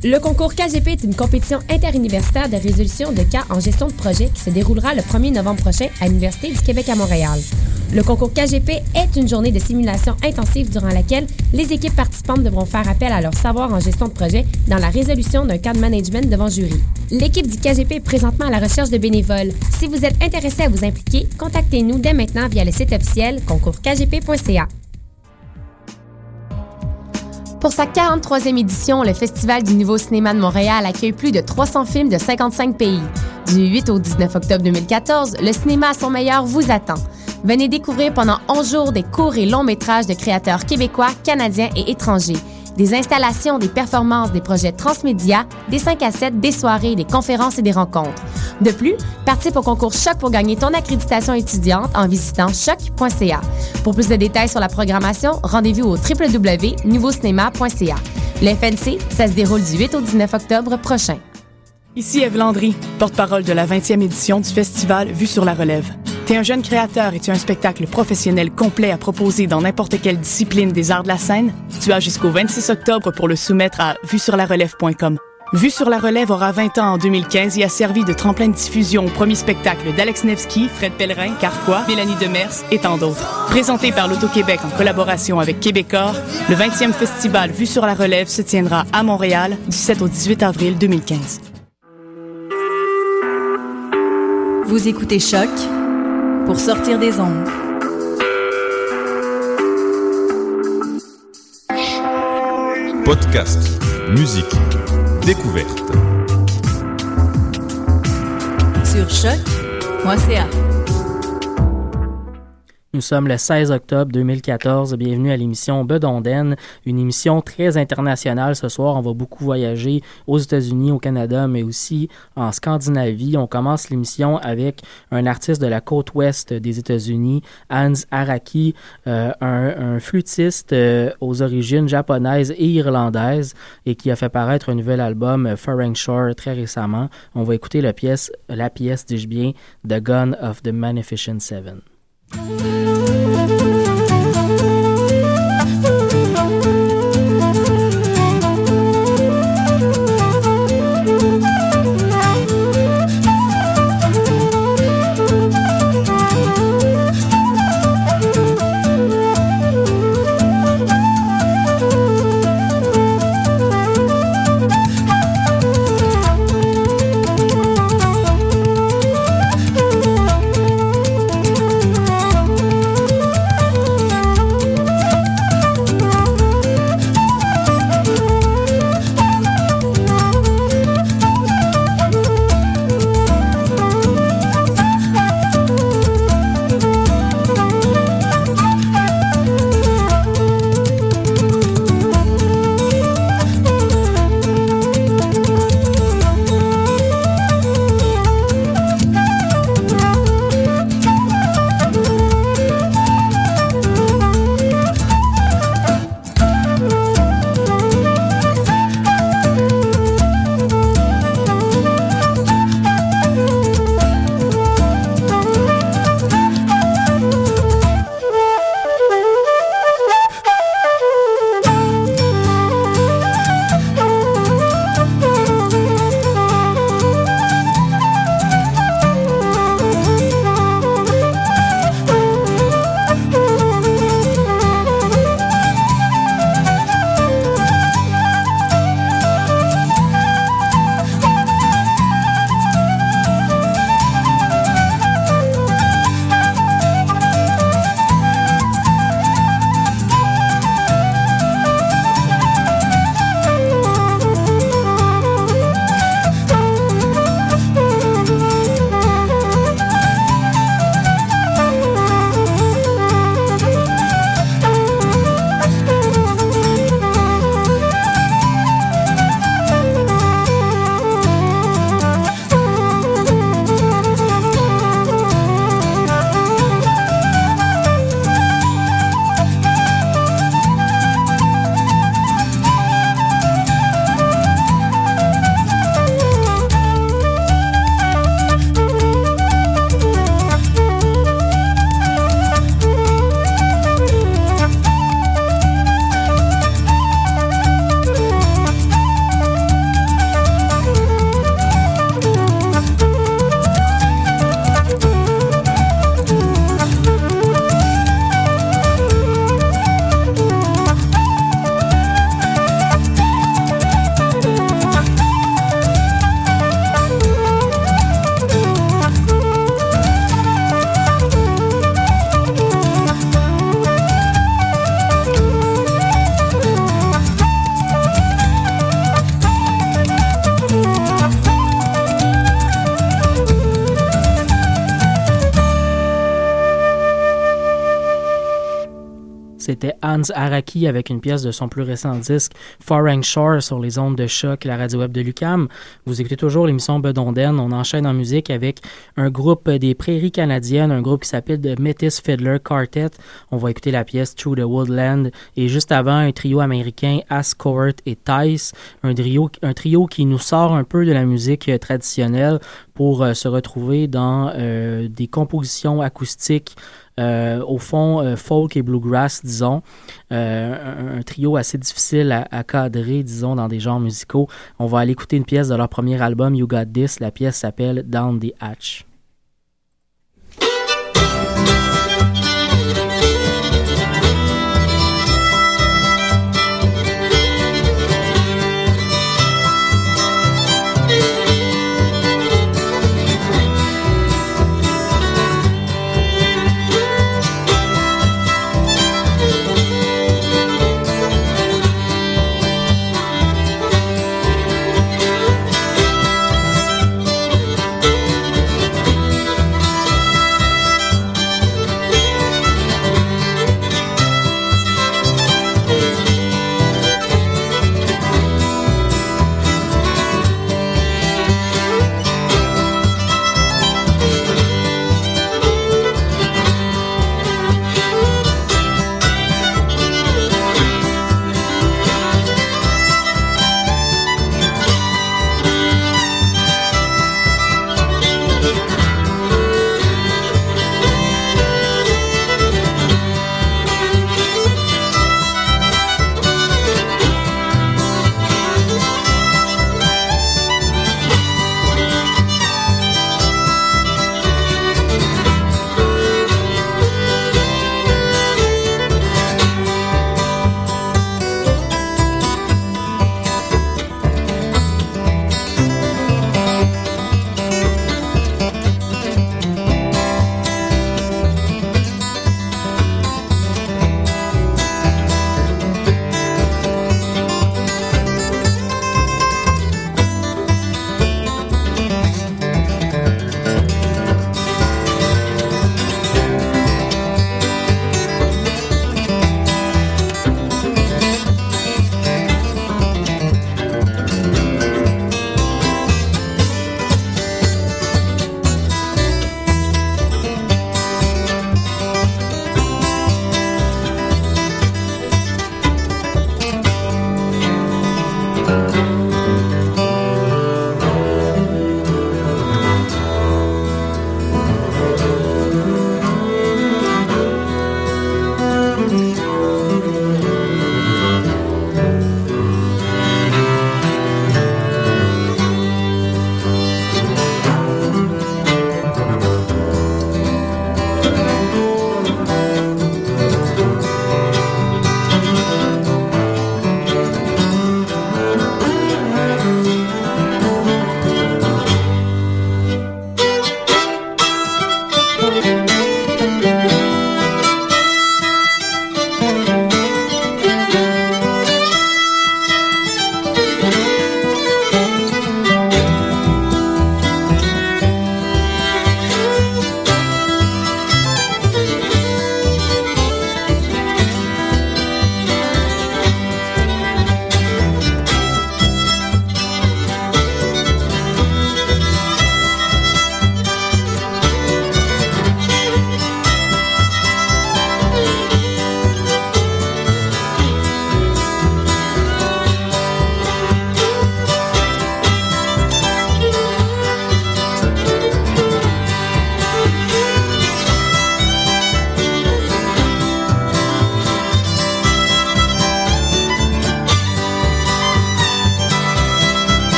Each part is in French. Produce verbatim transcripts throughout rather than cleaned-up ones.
Le concours K G P est une compétition interuniversitaire de résolution de cas en gestion de projet qui se déroulera le premier novembre prochain à l'Université du Québec à Montréal. Le concours K G P est une journée de simulation intensive durant laquelle les équipes participantes devront faire appel à leur savoir en gestion de projet dans la résolution d'un cas de management devant jury. L'équipe du K G P est présentement à la recherche de bénévoles. Si vous êtes intéressé à vous impliquer, contactez-nous dès maintenant via le site officiel concours k g p point c a. Pour sa quarante-troisième édition, le Festival du Nouveau Cinéma de Montréal accueille plus de trois cents films de cinquante-cinq pays. Du huit au dix-neuf octobre deux mille quatorze, le cinéma à son meilleur vous attend. Venez découvrir pendant onze jours des courts et longs métrages de créateurs québécois, canadiens et étrangers. Des installations, des performances, des projets transmédia, des cinq à sept, des soirées, des conférences et des rencontres. De plus, participe au concours Choc pour gagner ton accréditation étudiante en visitant choc point c a. Pour plus de détails sur la programmation, rendez-vous au w w w point nouveau cinéma point c a. Le F N C, ça se déroule du huit au dix-neuf octobre prochain. Ici Ève Landry, porte-parole de la vingtième édition du festival Vue sur la relève. T'es un jeune créateur et tu as un spectacle professionnel complet à proposer dans n'importe quelle discipline des arts de la scène? Tu as jusqu'au vingt-six octobre pour le soumettre à vue sur la relève point com. Vue sur la relève aura vingt ans en deux mille quinze et a servi de tremplin de diffusion au premier spectacle d'Alex Nevsky, Fred Pellerin, Carquois, Mélanie Demers et tant d'autres. Présenté par l'Auto-Québec en collaboration avec Québecor, le vingtième festival Vue sur la relève se tiendra à Montréal du sept au dix-huit avril deux mille quinze. Vous écoutez Choc pour sortir des ondes. Podcast, musique, découverte. Sur choc point c a. Nous sommes le seize octobre deux mille quatorze. Bienvenue à l'émission Bedonden, une émission très internationale. Ce soir, on va beaucoup voyager aux États-Unis, au Canada, mais aussi en Scandinavie. On commence l'émission avec un artiste de la côte ouest des États-Unis, Hans Araki, euh, un, un flûtiste euh, aux origines japonaises et irlandaises et qui a fait paraître un nouvel album, Foreign Shore, très récemment. On va écouter la pièce, la pièce, dis-je bien, The Gun of the Magnificent Seven. c'était Hans Araki avec une pièce de son plus récent disque Foreign Shore sur les ondes de choc, la radio web de l'U Q A M. Vous écoutez toujours l'émission Bedonden. On enchaîne en musique avec un groupe des Prairies canadiennes, un groupe qui s'appelle The Métis Fiddler Quartet. On va écouter la pièce Through the Woodland. Et juste avant, un trio américain, Ascourt et Tice, un trio, un trio qui nous sort un peu de la musique euh, traditionnelle pour euh, se retrouver dans euh, des compositions acoustiques Euh, au fond, euh, folk et bluegrass, disons. Euh, un, un trio assez difficile à, à cadrer, disons, dans des genres musicaux. On va aller écouter une pièce de leur premier album, You Got This. La pièce s'appelle Down the Hatch. Thank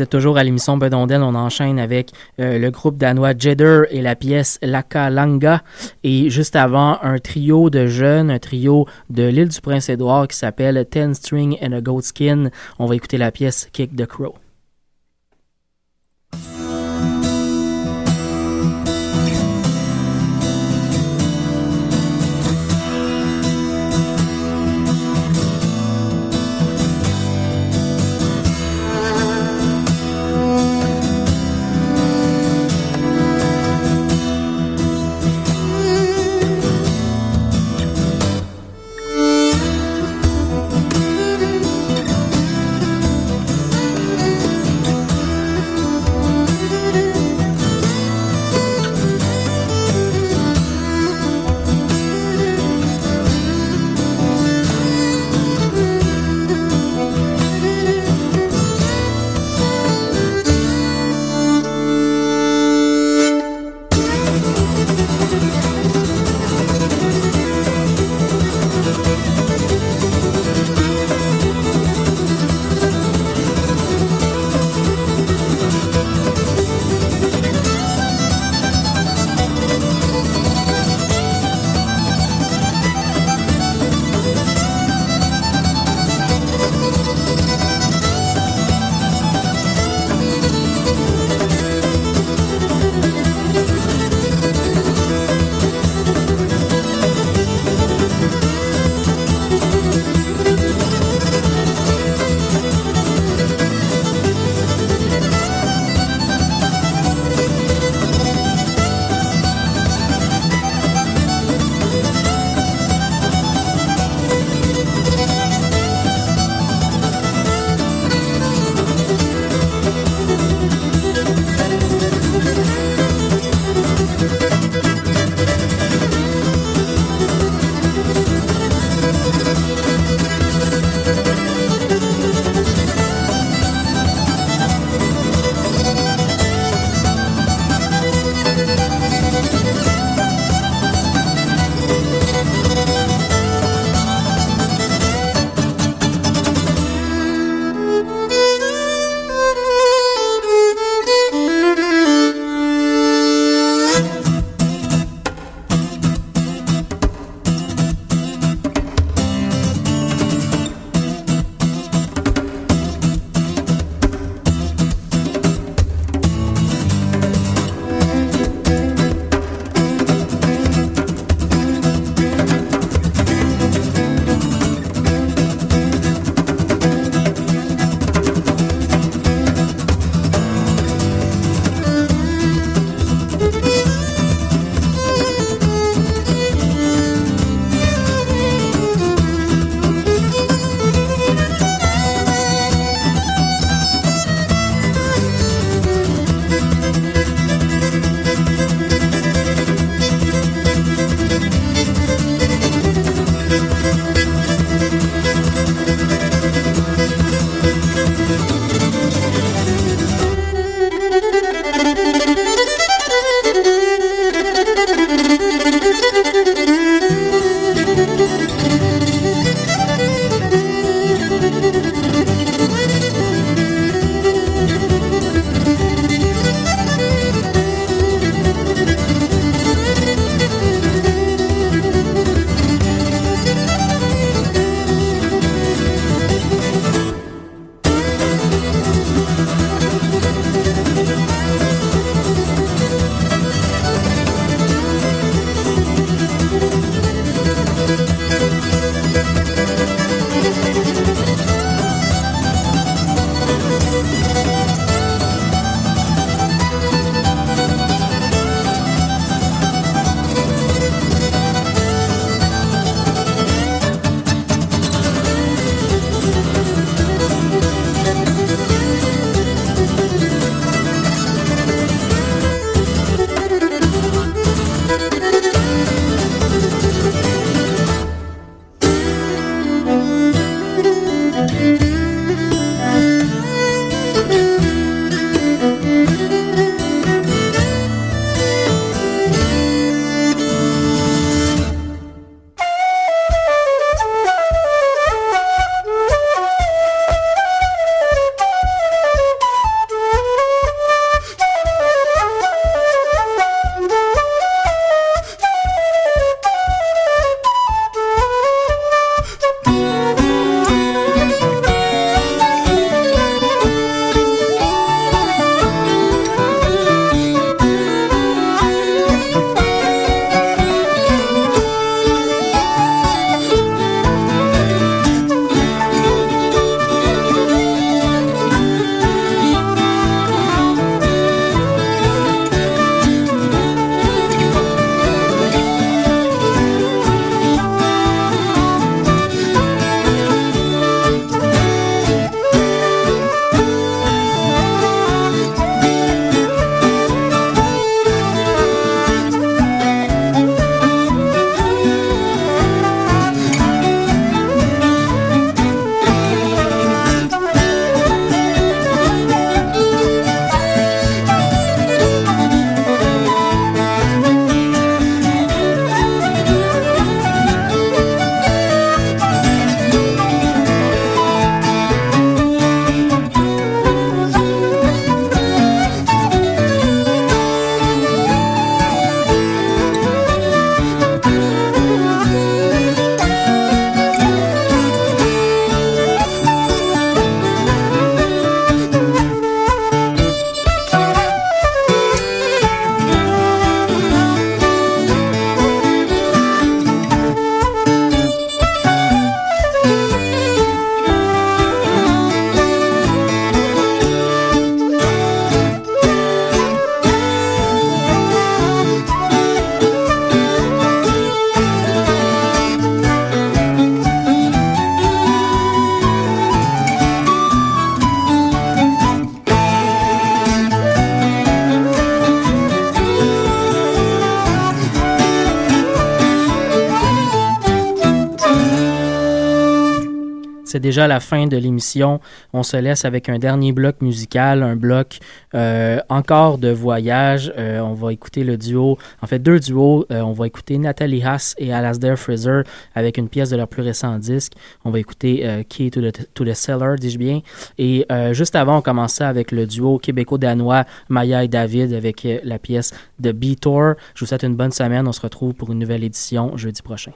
Vous êtes toujours à l'émission Bedonden. On enchaîne avec euh, le groupe danois Jedder et la pièce Lakalanga. Et juste avant, un trio de jeunes, un trio de l'île du Prince-Édouard qui s'appelle Ten String and a Goat Skin. On va écouter la pièce Kick the Crow. Thank C'est déjà la fin de l'émission. On se laisse avec un dernier bloc musical, un bloc euh, encore de voyage. Euh, on va écouter le duo, en fait deux duos. Euh, on va écouter Natalie Haas et Alasdair Fraser avec une pièce de leur plus récent disque. On va écouter euh, Key to the, to the Cellar, dis-je bien. Et euh, juste avant, on commençait avec le duo québéco-danois Maya et David avec euh, la pièce de B-Tour. Je vous souhaite une bonne semaine. On se retrouve pour une nouvelle édition jeudi prochain.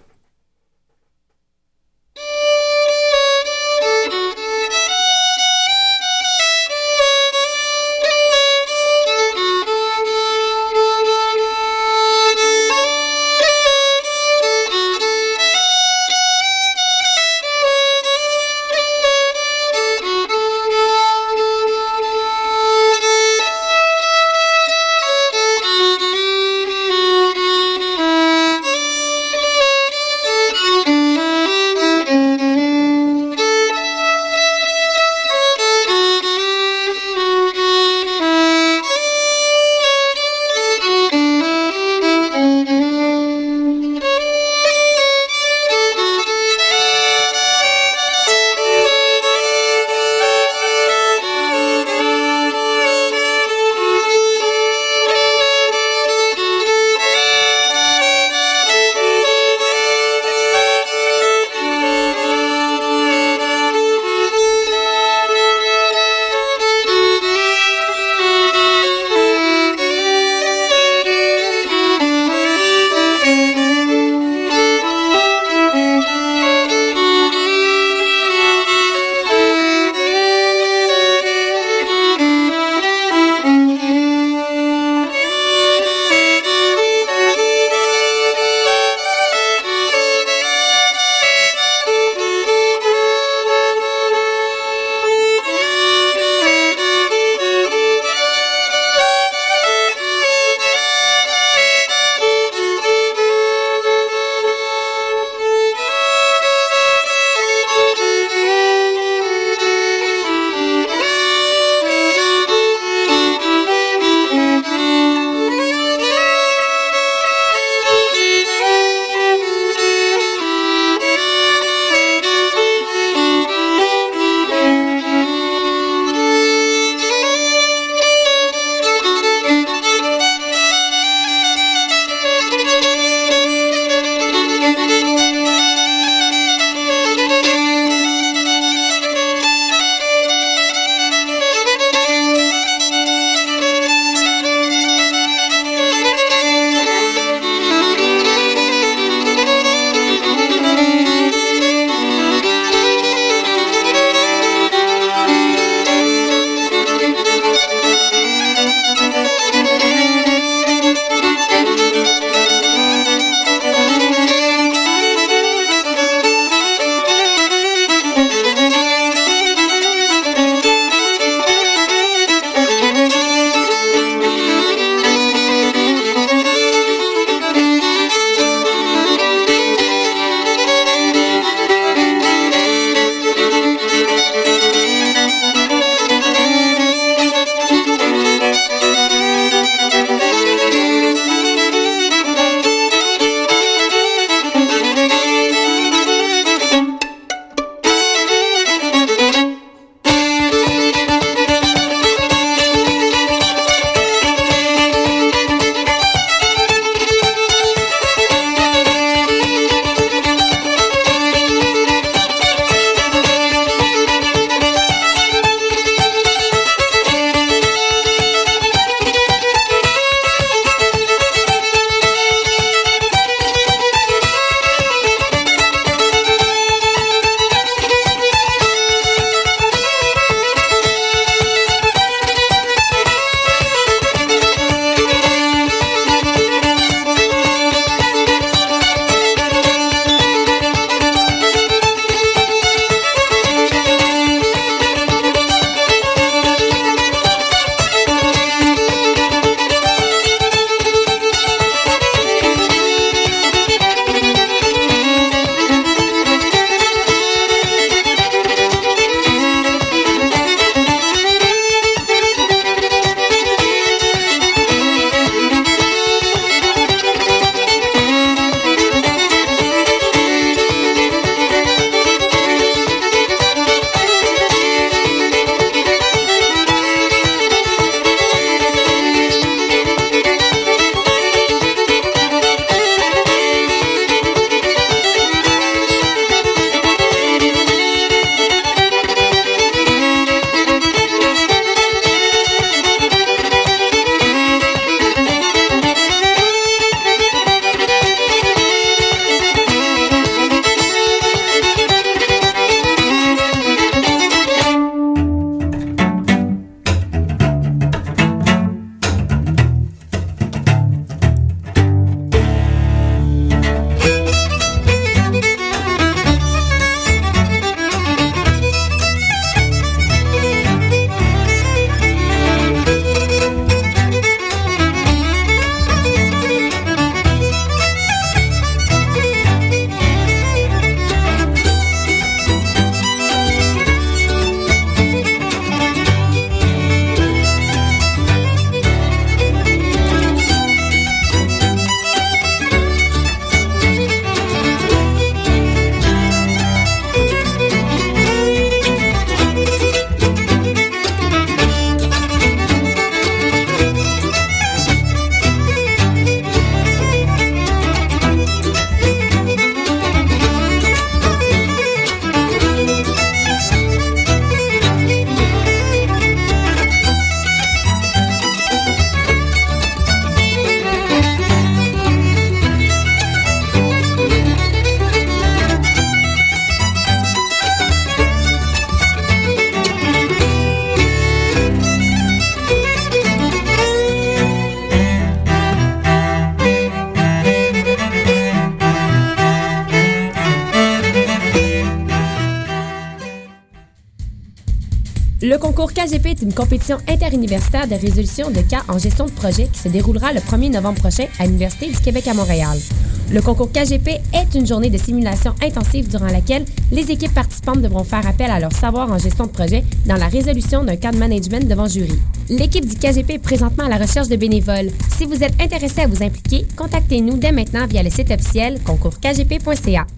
Le concours K G P est une compétition interuniversitaire de résolution de cas en gestion de projet qui se déroulera le premier novembre prochain à l'Université du Québec à Montréal. Le concours K G P est une journée de simulation intensive durant laquelle les équipes participantes devront faire appel à leur savoir en gestion de projet dans la résolution d'un cas de management devant jury. L'équipe du K G P est présentement à la recherche de bénévoles. Si vous êtes intéressé à vous impliquer, contactez-nous dès maintenant via le site officiel concours k g p point c a.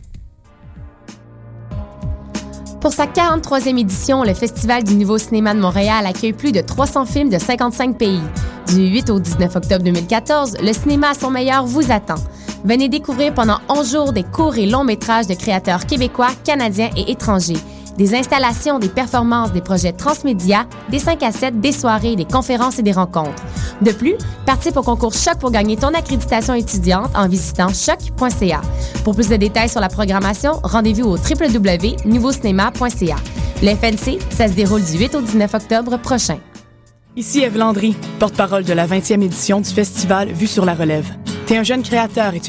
Pour sa quarante-troisième édition, le Festival du Nouveau Cinéma de Montréal accueille plus de trois cents films de cinquante-cinq pays. Du huit au dix-neuf octobre deux mille quatorze, le cinéma à son meilleur vous attend. Venez découvrir pendant onze jours des courts et longs métrages de créateurs québécois, canadiens et étrangers. Des installations, des performances, des projets transmédia, des cinq à sept, des soirées, des conférences et des rencontres. De plus, participe au concours Choc pour gagner ton accréditation étudiante en visitant choc point c a. Pour plus de détails sur la programmation, rendez-vous au w w w point nouveau cinéma point c a. Le F N C, ça se déroule du huit au dix-neuf octobre prochain. Ici Ève Landry, porte-parole de la vingtième édition du festival Vue sur la relève. T'es un jeune créateur et tu